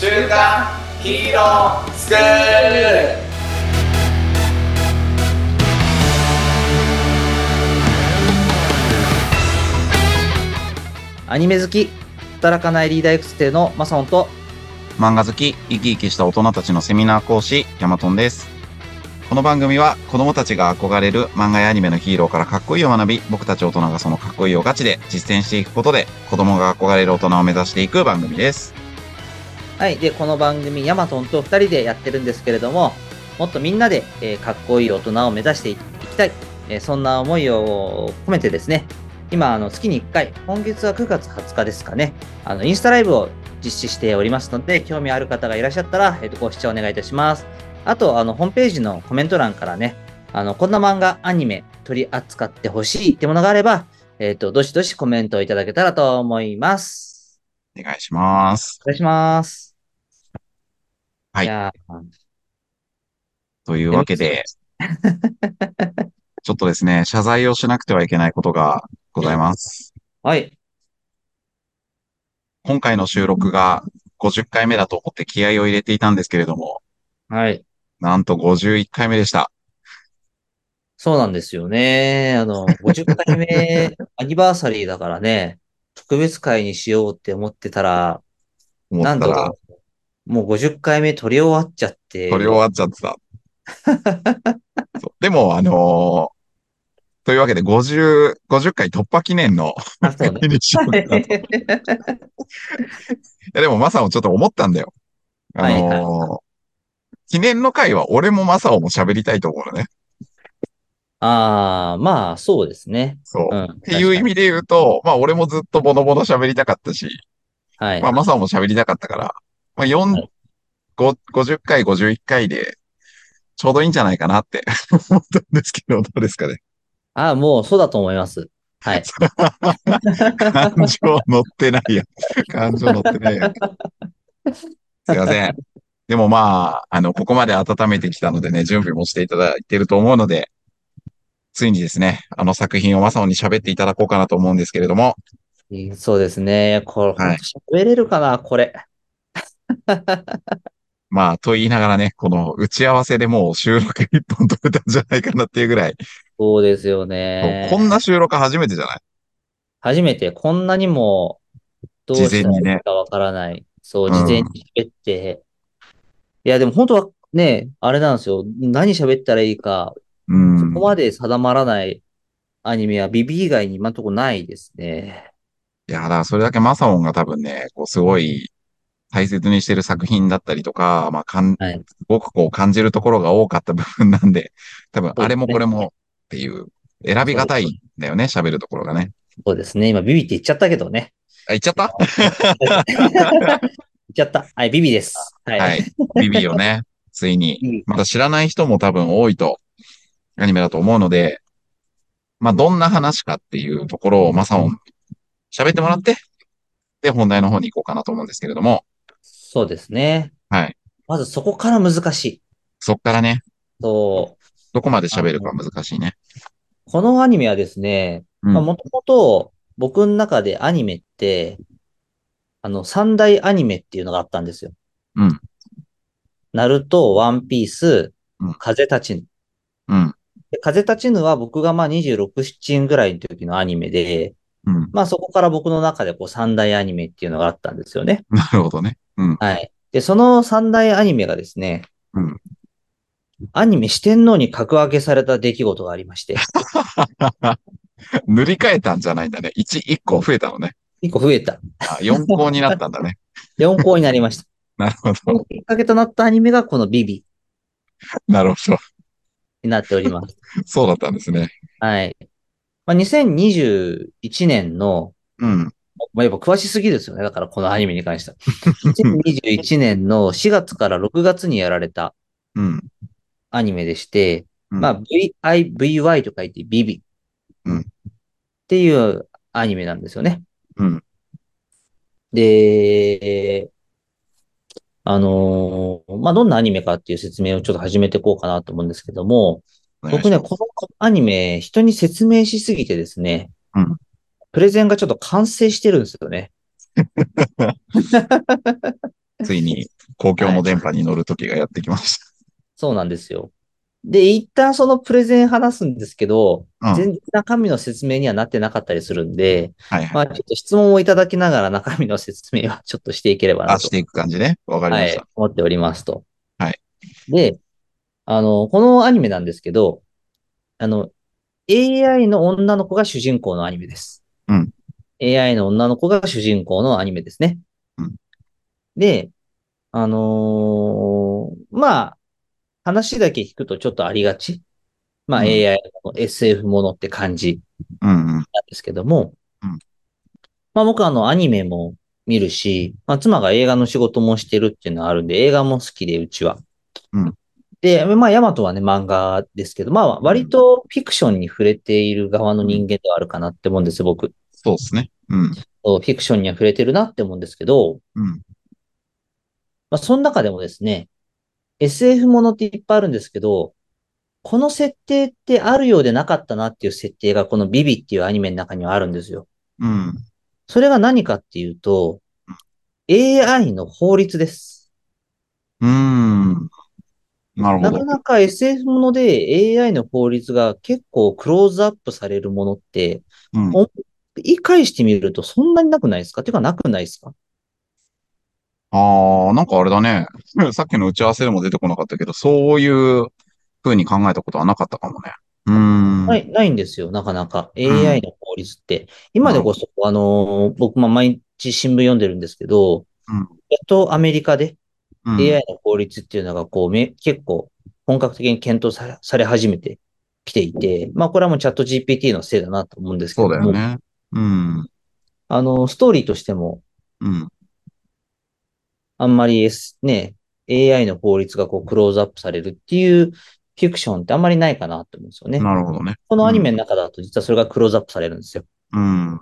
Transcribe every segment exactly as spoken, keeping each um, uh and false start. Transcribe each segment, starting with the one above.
週刊ヒーロースクール。 アニメ好き、働かないリーダー育成のマサオンと、 漫画好き、生き生きした大人たちのセミナー講師、ヤマトンです。この番組は子供たちが憧れる漫画やアニメのヒーローからかっこいいを学び、僕たち大人がそのかっこいいをガチで実践していくことで、子供が憧れる大人を目指していく番組です。 はい。で、この番組、ヤマトンとふたりでやってるんですけれども、もっとみんなで、えーかっこいい大人を目指していきたい、えーそんな思いを込めてですね、今、あの月にいっかい、今月はくがつはつかですかね、あのインスタライブを実施しておりますので、興味ある方がいらっしゃったら、えーとご視聴お願いいたします。あと、あのホームページのコメント欄からね、あのこんな漫画、アニメ取り扱ってほしいってものがあれば、えっ、と、どしどしコメントをいただけたらと思います。 お願いします。 お願いします。 はい。 いやーというわけで、ちょっとですね、謝罪をしなくてはいけないことがございます。 はい。 今回の収録がごじゅっかいめだと思って気合を入れていたんですけれども、 はい。 なんとごじゅういっかいめでした。 そうなんですよね。あの、ごじゅっかいめアニバーサリーだからね、特別会にしようって思ってたら、 思ったら、 なんと、もうごじゅっかいめ取り終わっちゃっ撮り終て、 わっちゃってた。そうでも、あのーというわけでごじゅう、ごじゅっかい突破記念のあ、そうね。 にしようかなと。いや、でもマサオちょっと思ったんだよ。あはいはい。 のー記念の回は俺もマサオも喋りたいと思うのね。 ああ、まあ、そうですね。 そう。 うん、 ってい確かに。 う意味で言うと、まあ俺もずっとボノボノ喋りたかったし、 はい。 まあマサオも喋りたかったから、まあよん、 はい。 ご、ごじゅっかい、ごじゅういっかいでちょうどいいんじゃないかなって思ったんですけど、どうですかね。 ああ、もうそうだと思います。はい。 感情乗ってないや。感情乗ってないや。すいません。でもまあ、あの、ここまで温めてきたのでね、準備もしていただいていると思うので、ついにですね、あの作品をマサオに喋っていただこうかなと思うんですけれども、 いいそうですね。これ、本はい。 当喋れるかな、これ。 まあ、と言いながらね、この打ち合わせでもう収録一本取れたんじゃないかなっていうぐらい、 そうですよそうこんね。 な収録初めてじゃない？ 初めてこんなにもど事うしたらい前にね。 いかわからない。そう、 う事前にん。 喋って。いや、でも本当はね、あれなんですよ。何喋ったらいいか、 うん。 そこまで定まらないアニメはビビ以外に今のところないですね。 いや、だからそれだけマサオンが多分ね、こうすごい大切にしてる作品だったりとか、まあ、かん、 はい。 すごくこう感じるところが多かった部分なんで、多分あれそうですね。 もこれもっていう選びそうです。 がたいんだよね、喋るところがね。 そうですね。今ビビって言っちゃったけどね。 あ、言っちゃった？ 言っちゃった。はい、ビビです。はい。 はい。ビビをね、ついに、 ビビまだ知らない人も多分多いと、アニメだと思うので、まあ、どんな話かっていうところをマサオン喋ってもらって、で、本題の方に行こうかなと思うんですけれども、 そうですね。 はい。 まずそこから難しい。 そっからね、 そう。 どこまであ喋るかの、 難しいね。 このアニメはですね、 うん、 まあもともと僕の中でアニメって、あの、三大アニメっていうのがあったんですよ。 うん、 ナルト、ワンピース、 うん、 風立ちぬ。 うん、 で風立ちぬは僕がまあにじゅうろく、ななぐらいの時のアニメで、 うん。 まあそこから僕の中でこう三大アニメっていうのがあったんですよね。 なるほどね。うん、 はい。で、その三大アニメがですね、 うん。 アニメ四天王に格上げされた出来事がありまして、 塗り替えたんじゃないんだね。いち、いっこ増えたのね。 一個増えた。 あ、よん校になったんだね。 よん校になりました。 なるほど。 そのきっかけとなったアニメがこのビビなるほど。 になっております。 そうだったんですね。 はい。まあ、にせんにじゅういちねんの、 うん。 まあ、やっぱ詳しすぎですよね。だからこのアニメに関しては。にせんにじゅういちねんのしがつからろくがつにやられたうん。 アニメでして、まあ、 うん。 ブイアイブイワイ と書いてビビっうん。 ていうアニメなんですよね。 うん。 で、あのーまあ、どんなアニメかっていう説明をちょっと始めていこうかなと思うんですけども、僕ね、 お願いします。 このアニメ、人に説明しすぎてですね、 うん。 プレゼンがちょっと完成してるんですよね。 ついに公共はい。 の電波に乗る時がやってきましそうなんですよ。で、一旦そのプレゼン話すんですけど、 た。うん。 全然中身の説明にはなってなかったりするんで、 はいはい。 まあちょっと質問をいただきながら中身の説明はちょっとしていければなあ、しと、 ていく感じね。わかりはい、 ました。 思っておりますと。 はい。 で、あの、このアニメなんですけど、あの、エーアイ の女の子が主人公のアニメです。 うん。 エーアイ の女の子が主人公のアニメですね。 うん。 で、あのーまあ、話だけ聞くとちょっとありがち。まあ、 うん。 エーアイ の エスエフ ものって感じうん。うん。 なんですけども、 うん。 まあ僕はあのアニメも見るし、まあ妻が映画の仕事もしてるっていうのはあるんで、映画も好きで、うちは。 うん。 で、まあヤマトはね、漫画ですけど、まあ割とフィクションに触れている側のうん。 人間ではあるかなって思うんですよ、僕。 そうですね。うん。 そうフィクションには触れてるなって思うんですけど、 うん。 まあその中でもですね、エスエフ ものっていっぱいあるんですけど、この設定ってあるようでなかったなっていう設定がこのビビっていうアニメの中にはあるんですよ。 うん。 それが何かっていうと、エーアイ の法律です。 うん。なるほど。 なかなか エスエフ もので エーアイ の法律が結構クローズアップされるものって、 うん。 お理解してみるとそんなになくないですか？てかなくないですか？ ああ、なんかあれだね。さっきの打ち合わせでも出てこなかったけど、そういう風に考えたことはなかったかもね。うーん。うん。 ない、ないんですよ、なかなか。エーアイ の法律って。今なるほど。 でこそ、あのー僕も毎日新聞読んでるんですけど、 うん。 やっとアメリカでうん。 エーアイ の法律っていうのがこうめ結構本格的に検討され、され始めてきていて、まあこれはもうチャット ジーピーティー のせいだなと思うんですけそうども、 だよね。うん。 あの、ストーリーとしてもうん。 あんまり S ね、エーアイ の法律がこうクローズアップされるっていうフィクションってあんまりないかなと思うんですよね。 なるほどね。 このアニうん。 メの中だと実はそれがクローズアップされるんですよ。 うん。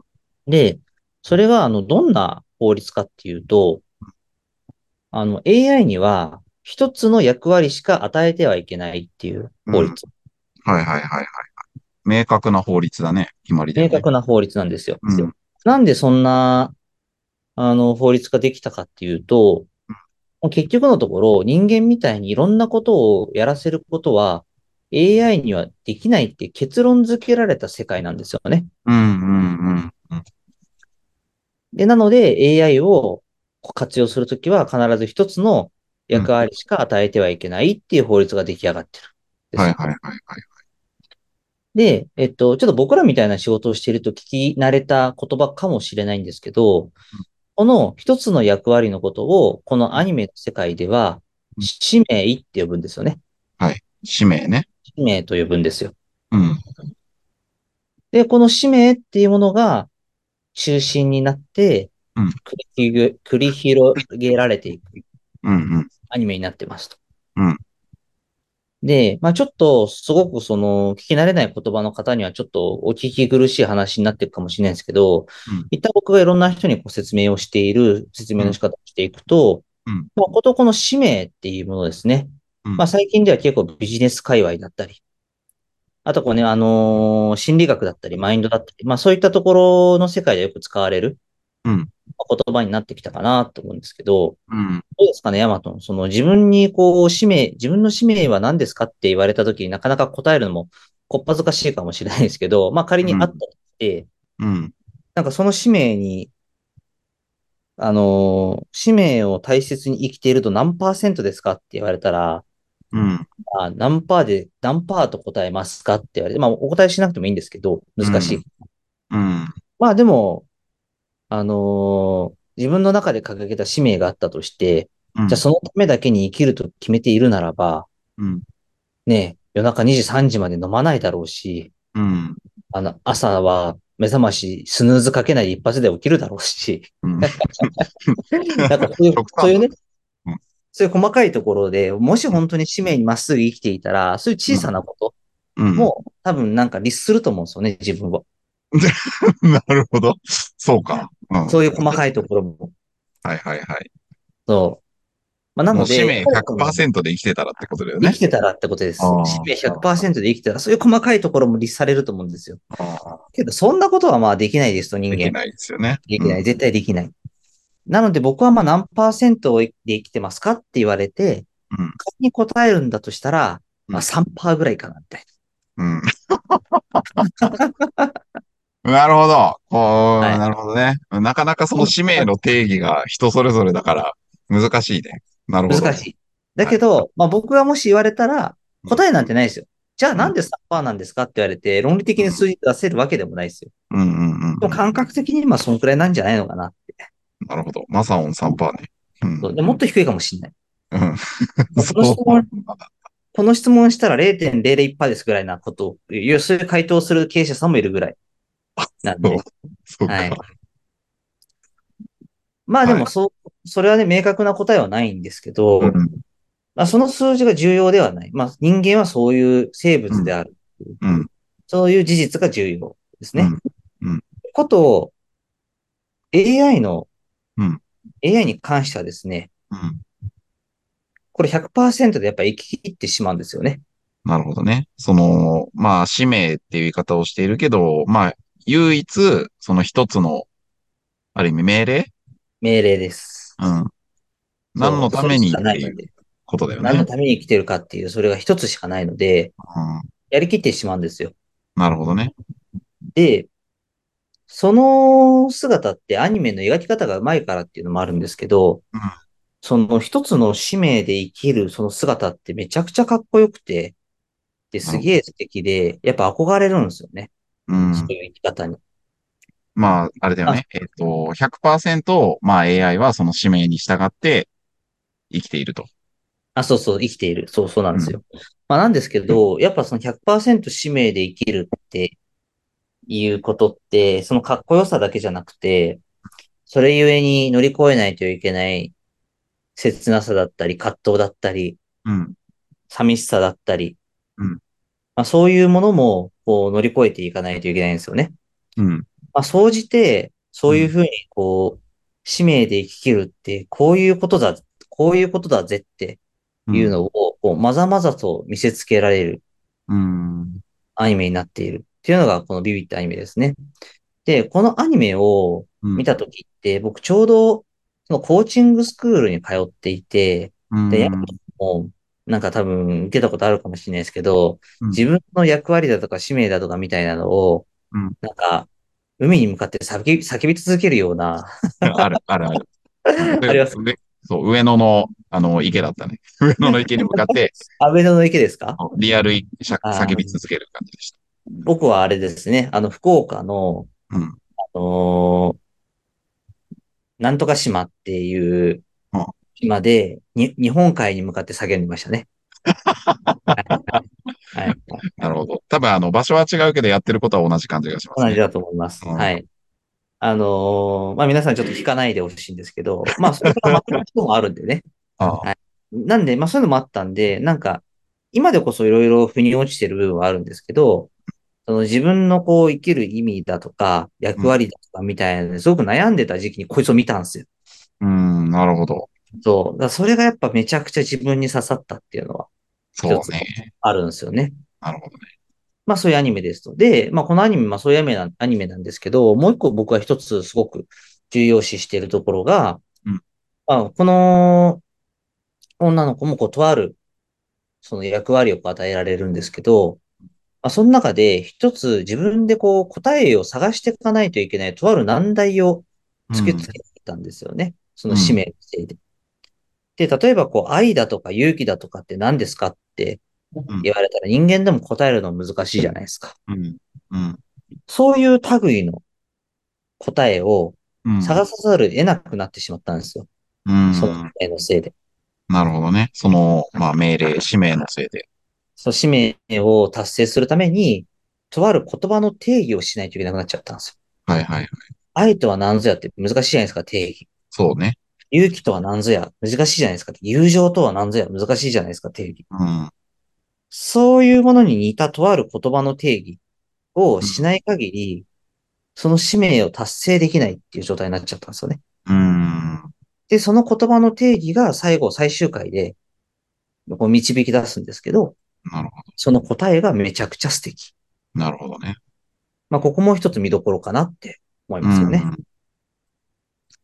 で、それがあの、どんな法律かっていうと、あの、エーアイ には一つの役割しか与えてはいけないっていううん。 法律。 はいはいはいはい。明確な法律だね。決まりだよ明ね。 確な法律なんですよ。 うん。 なんでそんな、あの、法律ができたかっていうと、結局のところ、人間みたいにいろんなことをやらせることは、エーアイ にはできないって結論付けられた世界なんですよね。 うんうんうんうん。 で、なので エーアイ を活用するときは必ず一つのうん。 役割しか与えてはいけないっていう法律が出来上がってるんですよ。 はいはいはいはい。 で、えっと、ちょっと僕らみたいな仕事をしていると聞き慣れた言葉かもしれないんですけど、この一つの役割のことを、このアニメの世界では、 うん。 使命って呼ぶんですよね。 はい。使命ね。 使命と呼ぶんですよ。 うん。 で、この使命っていうものが中心になって、 うん。 繰り広げ繰り広げられていくうんうん。 アニメになってますと。 うん。 で、まあちょっと、すごくその、聞き慣れない言葉の方にはちょっとお聞き苦しい話になっていくかもしれないんですけど、 うん。 一旦僕がいろんな人にこう説明をしている説明うん。 の仕方をしていくと、 うん。 まあ、ことこの使命っていうものですね。 うん。 まあ最近では結構ビジネス界隈だったり、あとこうね、あのー心理学だったり、マインドだったり、まあそういったところの世界でよく使われるうん。 言葉になってきたかなと思うんですけど、 うん。 どうですかね、ヤマトン。その自分にこう、使命、自分の使命は何ですかって言われたときになかなか答えるのもこっぱずかしいかもしれないですけど、まあ仮にあったとして、 うん。 なんかその使命に、あのー使命を大切に生きていると何パーセントですかって言われたら、 うん。 あ、何パーで、何パーと答えますかって言われて、まあお答えしなくてもいいんですけど、難しい。 うん。 まあでも、あのー自分の中で掲げた使命があったとして、 うん。 じゃあそのためだけに生きると決めているならば、 うん。 ね、夜中にじ、さんじまで飲まないだろうし、 うん。 あの、朝は目覚まし、スヌーズかけないで一発で起きるだろうし、 うん。 なんかそういう、 極端だ。 そういうね、 うん。 そういう細かいところで、もし本当に使命にまっすぐ生きていたら、そういう小うん。 さなことうん。 も多分なんか律すると思うんですよね、自分は。 なるほど。そうか。うん。 そういう細かいところも。 はいはいはい。 そう。まあ、なので、やっもう使命ぱりその、 ひゃくパーセントで生きてたらってことだよね。 生きてたらってことです。使あ命あ。 ひゃくパーセントで生きてたら、そういう細かいところも律されると思うんですよ。 ああ。 けど、そんなことはまあできないですと、人間。 できないですよね。 できない。 うん。 絶対できない。 なので僕はまあ何パーセントで生きてますかって言われて、 うん。 仮に答えるんだとしたら、まあうん。 さんパーセントぐらいかな、みたいうん。なるほど。 な。 こう、 はい。 なるほどね。なかなかその使命の定義が人それぞれだから難しいね。なるほど。 難しい。だはい。 けど、まあ僕がもし言われたら、 うん。 答えなんてないですよ。じゃあうん。 なんでさんパーセントなんですかって言われて、論理的に数字出せるわけでもないですよ。 うん。うん。うん。 でも感覚的にまあそのくらいなんじゃないのかな。 なるほど。マサオンさんパーセントね。うん。 そうでもっと低いかもしれない。 うん。 このそう。 質問、この質問したられいてんれいぜろいちパーセントですぐらいなことをいう、そういう回答をする経営者さんもいるぐらいなんそう。 で。 そうか。 はい。まあではい。 もそう、それはね、明確な答えはないんですけど、 うん。 まあ、その数字が重要ではない。まあ人間はそういう生うん。 物である。 うん。 そういう事実が重要ですね。 うん。うん。 ことを エーアイ の、 うん。 エーアイ に関してはですね、 うん。 これひゃくパーセントでやっぱり生き切ってしまうんですよね。 なるほどね。その、まあ、使命っていう言い方をしているけど、まあ、唯一、その一つの、ある意味命令。 命令です。 うん。何そう。 のためそれしかにっていうないので。 ことだよね。 何のために生きてるかっていう、それが一つしかないので、 うん。 やりきってしまうんですよ。 なるほどね。 で、その姿ってアニメの描き方が上手いからっていうのもあるんですけど、 うん。 その一つの使命で生きるその姿ってめちゃくちゃかっこよくて、で、 なるほど。 すげえ素敵で、やっぱ憧れるんですよね。 うん。 そういう生き方に。 まあ、あれだよあ、 ね。えっと、ひゃくパーセント、まあ エーアイ はその使命に従って生きていると。 あ、そうそう、生きている。そう、そうなんうん。 ですよ。まあなんですけど、やっぱそのひゃくパーセント使命で生きるっていうことって、そのかっこよさだけじゃなくて、それゆえに乗り越えないといけない切なさだったり、葛藤だったり、 うん。 寂しさだったり、 うん。 まあそういうものも、こう乗り越えていかないといけないんですよね。 うん。 まあ総じて、 うん。 そういうふうに、こう、使命で生きるって、こういうことだ、こういうことだぜってうん。 いうのを、こう、まざまざと見せつけられるうん。 アニメになっているっていうのが、このビビってアニメですね。で、このアニメをうん。 見たときって、僕ちょうど、そのコーチングスクールに通っていて、で、ヤマうん。 トも、なんか多分受けたことあるかもしれないですけど、 うん。 自分の役割だとか使命だとかみたいなのを、 うん。 なんか、海に向かって叫び、叫び続けるような、 ある、ある、ある。うん。それあります。 上、そう、上野の、あの、池だったね。上野の池に向かって、 あ、上野の池ですか？ リアルいしゃ叫びあー、 続ける感じでした。 僕はあれですね、あの、福岡の、 うん。 あのーなんとか島っていううん。 島で、に、日本海に向かって叫んでましたね。はい。はい。 なるほど。多分、あの、場所は違うけど、やってることは同じ感じがしますね。 同じだと思います。 うん。 はい。あのーまあ、皆さんちょっと聞かないでほしいんですけど、まあ、それから学ぶこともあるんでね。 ああ。 はい。なんで、まあ、そういうのもあったんで、なんか、今でこそいろいろ腑に落ちてる部分はあるんですけど、その自分のこう生きる意味だとか、 うん。 役割だとかみたいなのですごく悩んでた時期にこいつを見たんですよ。 うん、なるほど。 そう。だからそれがやっぱめちゃくちゃ自分に刺さったっていうのは一つそうね。 あるんですよね。 なるほどね。 まあそういうアニメですと。で、まあこのアニメ、まあそういうアニメな、アニメなんですけど、もう一個僕は一つすごく重要視しているところが、 うん。 まあこの女の子もこうとあるその役割を与えられるんですけど、まあその中で一つ自分でこう答えを探していかないといけないとある難題を突きうん。 つけてたんですよね。その使うん。 命のせいで。で、例えばこう愛だとか勇気だとかって何ですかってうん。 言われたら人間でも答えるの難しいじゃないですか。 うん。うん。 そういう類の答えをうん。 探さざるを得なくなってしまったんですよ。 うそのん。 答えのせいで。 なるほどね。その、まあ、命令、使命のせいで。 その使命を達成するために、とある言葉の定義をしないといけなくなっちゃったんですよ。 はいはいはい。 愛とは何ぞやって難しいじゃないですか、定義。 そうね。 勇気とは何ぞや難しいじゃないですか。友情とは何ぞや難しいじゃないですか、定義。 うん。 そういうものに似たとある言葉の定義をうん。 しない限り、その使命を達成できないっていう状態になっちゃったんですよね。 うん。 で、その言葉の定義が最後、最終回でこう導き出すんですけど、 なるほその答えがめちゃくちゃ素敵。 ど。なるほどね。 まあ、ここも一つ見どころかなって思いうますよね。 ん。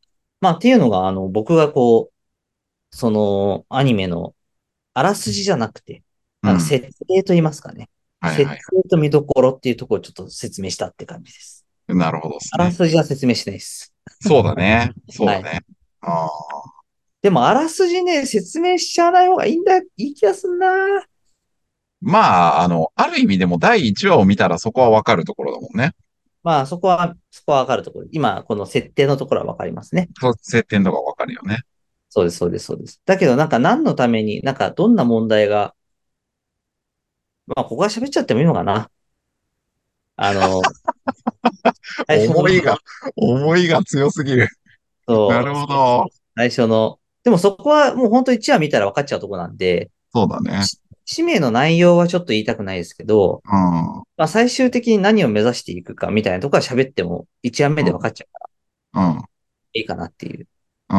まあっていうのが、あの、僕がこう、そのアニメのあらすじじゃなくて、なんかうん。 設定と言いますかね。設はいはい。 定と見どころっていうところをちょっと説明したって感じです。 なるほどですあらね。 すじは説明しないです。 そうだね。そうはい。 だね。ああ。 でも、あらすじね、説明しちゃわない方がいいんだ、いい気がすんな。 まあ、あの、ある意味でもだいいちわを見たらそこはわかるところだもんね。 まあ、そこは、そこはわかるところ。今、この設定のところはわかりますね。 そう接点とかわかるよね。 そうです、そうです、そうです。だけど、なんか何のために、なんかどんな問題が、まあ、ここは喋っちゃってもいいのかな。あの、最初の、 思いが、思いが強すぎる。なそう、 るほど。 最初の、でもそこはもう本当いちわ見たら分かっちゃうところなんで、 そうだね。 し使命の内容はちょっと言いたくないですけど、 うん。うん。 まあ、最終的に何を目指していくかみたいなところは喋ってもいちわめで分かっちゃうからうん。 いいかなっていう。 うん。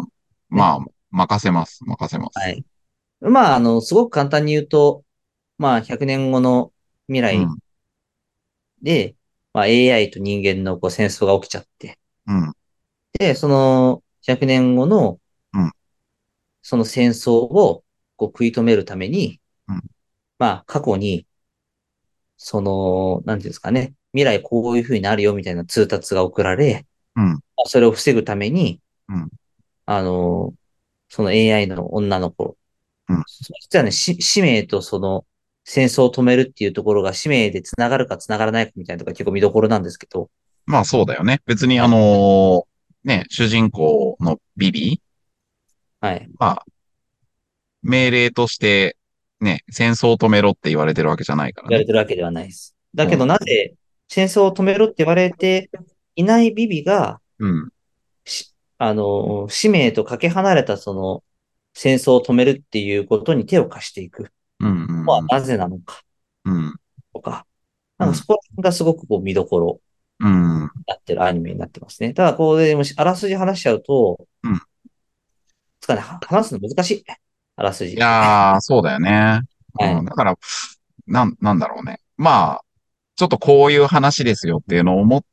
ね。 まあ、任せます。任せます。 はい。まあ、あの、すごく簡単に言うと、まあ、ひゃくねんごの未来うん。 で、まあ、エーアイ と人間のこう戦争が起きちゃって、 うん。 で、そのひゃくねんごのうん。 その戦争をこう食い止めるために、 うん。 まあ、過去に、その、なんていうんですかね、未来こういう風になるよみたいな通達が送られ、 うん。 それを防ぐために、 うん。 あの、その エーアイ の女の子、 うん。 そしたらね、し使命とその戦争を止めるっていうところが使命で繋がるか繋がらないかみたいなところが結構見どころなんですけど、 まあそうだよね。別にあはい。 のね、主人公のビビ、 はい。 まあ命令としてね、戦争を止めろって言われてるわけじゃないから言われね。 てるわけではないです。だけどうん。 なぜ戦争を止めろって言われていないビビが、 うん。 しあの、使命とかけ離れたその戦争を止めるっていうことに手を貸していくうん。うのはん。 なぜなのかうん。 とか、 うん。 なんかそこがすごくこう見どころうん。 になってるアニメになってますね。ただ、こうでもしあらすじ話しちゃうと、 うん。 つかね、は話すの難しい。あらすじいって。 やー、そうだよね。うん。 はい。 だから、なん、なんだろうね。まあ、ちょっとこういう話ですよっていうのを思って、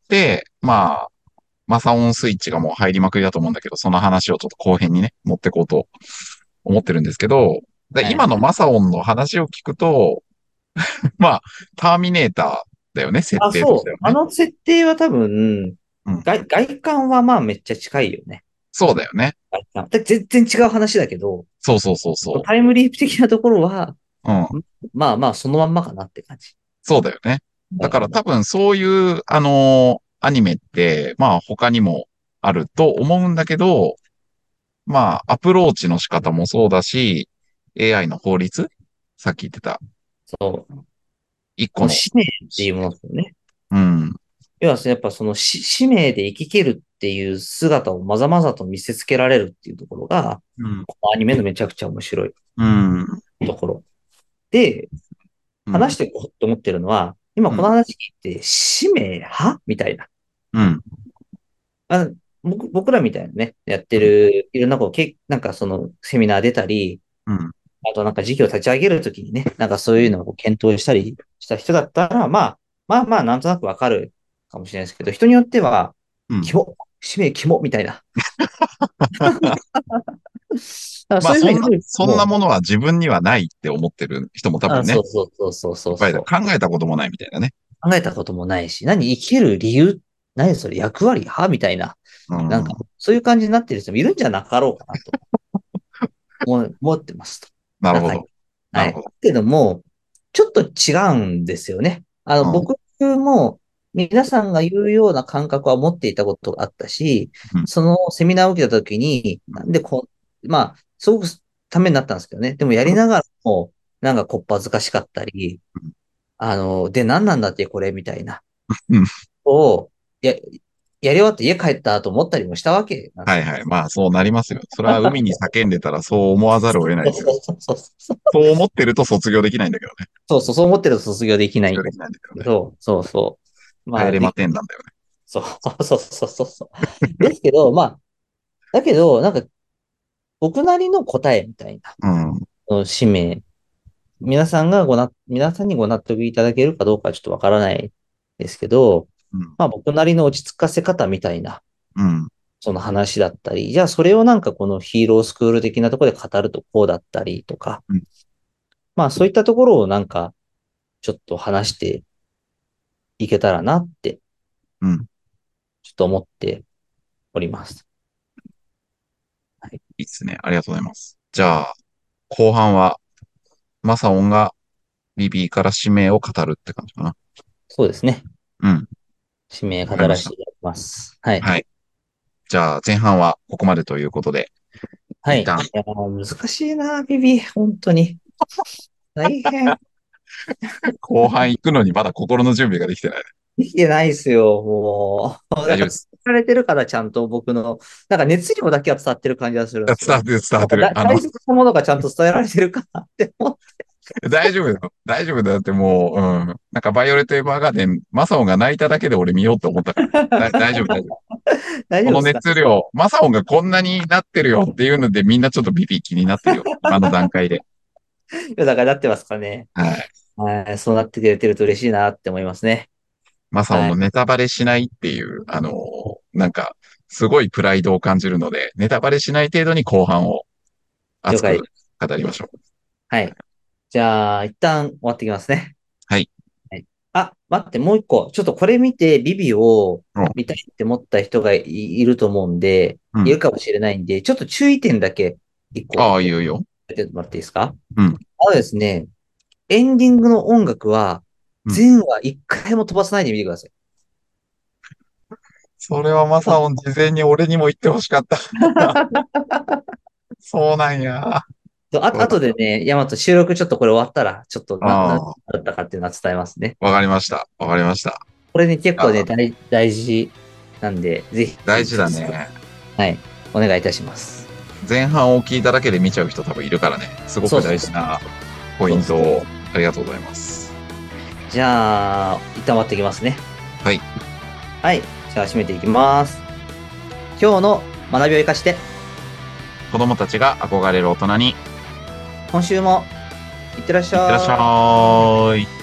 まあ、マサオンスイッチがもう入りまくりだと思うんだけど、その話をちょっと後編にね、持ってこうと思ってるんですけど、ではい。 今のマサオンの話を聞くと、まあ、ターミネーターだよね、設あ、 定としてそう。あはね。 の設定は多分、 うん。 外、外観はまあめっちゃ近いよね。 そうだよね。 外観。で全然違う話だけど、 そうそうそうそタイムリープ的なところは、 う。うん。 まあまあそのまんまかなって感じ。 そうだよね。だからはい。 多分そういう、あのーアニメって、まあ他にもあると思うんだけど、まあアプローチの仕方もそうだし、エーアイ の法律さっき言ってたそう。 一個の。 この使命っていうものですよね。 うん。 要は、やっぱその使使命で生き切るっていう姿をまざまざと見せつけられるっていうところが、 うん。 このアニメのめちゃくちゃ面白いうん。 ところ。で、 うん。 話していこうと思ってるのは、今うん。 この話聞いて、使命はみたいな。 うん。 あ、僕、僕らみたいなね、やってうん。 る、いろんなこう、け、なんかそのセミナー出たり、 うん。 あとなんか事業立ち上げるときにね、なんかそういうのをこう検討したりした人だったら、まあ、まあまあ、なんとなくわかるかもしれないですけど、人によっては、 うん。 キモ、使命キモみたいな。だからまあ、そんな、 そういうふうになる人も、 そんなものは自分にはないって思ってる人も多分あ、 ね、 そうそうそうそういっぱいだ。 そうそ考えたこともないみたいなね。 う。考えたこともないし、何生きる理由、何それ役割はみたいな。 うん。 なんか、そういう感じになってる人もいるんじゃなかろうかなと思思ってますと。中に。 なるほど。なはい。 るほど。 けども、ちょっと違うんですよね。あの、 うん。 僕も皆さんが言うような感覚は持っていたことがあったし、 うん。 そのセミナーを受けたときに、なんでこう、まあ、すごくためになったんですけどね。でもやりながらも、なんかこっぱずかしかったり、あの、で、何なんだってこれみたいな、 うん。 を、や、やり終わって家帰ったと思ったりもしたわけなんですよ。 はいはい。まあ、そうなりますよ。それは海に叫んでたらそう思わざるを得ないですよ。 そうそうそうそう。 そう思ってると卒業できないんだけどね。 そうそう、そう思ってると卒業できないんだ卒業できないんだけどね。 けど、そうそう。まあ、 帰れまでき、 てんなんだよね。 そうそうそうそうそう。ですけど、まあ、だけど、なんか、僕なりの答えみたいな、 うん。 その使命、皆さんがごな、皆さんにご納得いただけるかどうかはちょっとわからないですけど、 うん。 まあ僕なりの落ち着かせ方みたいなうん。 その話だったり、じゃあそれをなんかこのヒーロースクール的なところで語るとこうだったりとか、 うんまあそういったところをなんかちょっと話していけたらなってうん。 ちょっと思っております。はい。 いいっすね。ありがとうございます。じゃあ、後半は、マサオンがビビーから使命を語るって感じかな。 そうですね。 うん。 指名語わかりました。 らせていただきます。はい。 はい。じゃあ、前半はここまでということで、 はい。い一旦、 や、難しいな、ビビ。本当に。大変。 後半行くのにまだ心の準備ができてない。 できてないですよ、もう。なんか伝大丈夫です。 えられてるから、ちゃんと僕の、なんか熱量だけは伝わってる感じがするんですよね。 伝わってる、伝わってる。 なんかだあの、 大切なものがちゃんと伝えられてるかなって思う。 大丈夫だよ。大丈夫だよ。だってもう、うん。なんか、バイオレット・エヴァーガーデン、マサオンが泣いただけで俺見ようと思ったから。だ、大丈夫、大丈夫。この大丈夫ですか？ 熱量、マサオンがこんなになってるよっていうので、みんなちょっとビビ気になってるよ。今の段階で。 いやだからなってますかね。 はい。 はい、そうなってくれてると嬉しいなって思いますね。 マサオンはい。 のネタバレしないっていう、あのーなんか、すごいプライドを感じるので、ネタバレしない程度に後半を熱く了解。 語りましょう。 はい。じゃあ、一旦終わってきますね。 はい。 はい。あ、待って、もう一個。ちょっとこれ見て、ビビをうん。 見たいって思った人がい、いると思うんで、 うん。 いるかもしれないんで、ちょっと注意点だけ一個ああ、言うよ。 言ってもらっていいですか？ うん。 あのですね、エンディングの音楽は、 うん。 全話一回も飛ばさないで見てください。 それはマサオン事前に俺にも言ってほしかった。そうなんや。 とあ、あわかった。 とでね、ヤマト収録ちょっとこれ終わったら、ちょっとな、な、 ああ、 だったかっていうのは伝えますね。 わかりました。わかりました。 これね、結構ね、 ああ、 大、大事なんで、ぜひ、 大事ちょっと、 だね。 はい、お願いいたします。 前半を聞いただけで見ちゃう人多分いるからね。すごくそうそうそ大事なポイう。そうそう。 ントをありがとうございます。 じゃあ、一旦終わっていきますね。 はい。 はい。じゃあ、締めていきます。今日の学びを生かして、 子供たちが憧れる大人に、 今週も、いってらっしいってらっしゃい。 ゃい。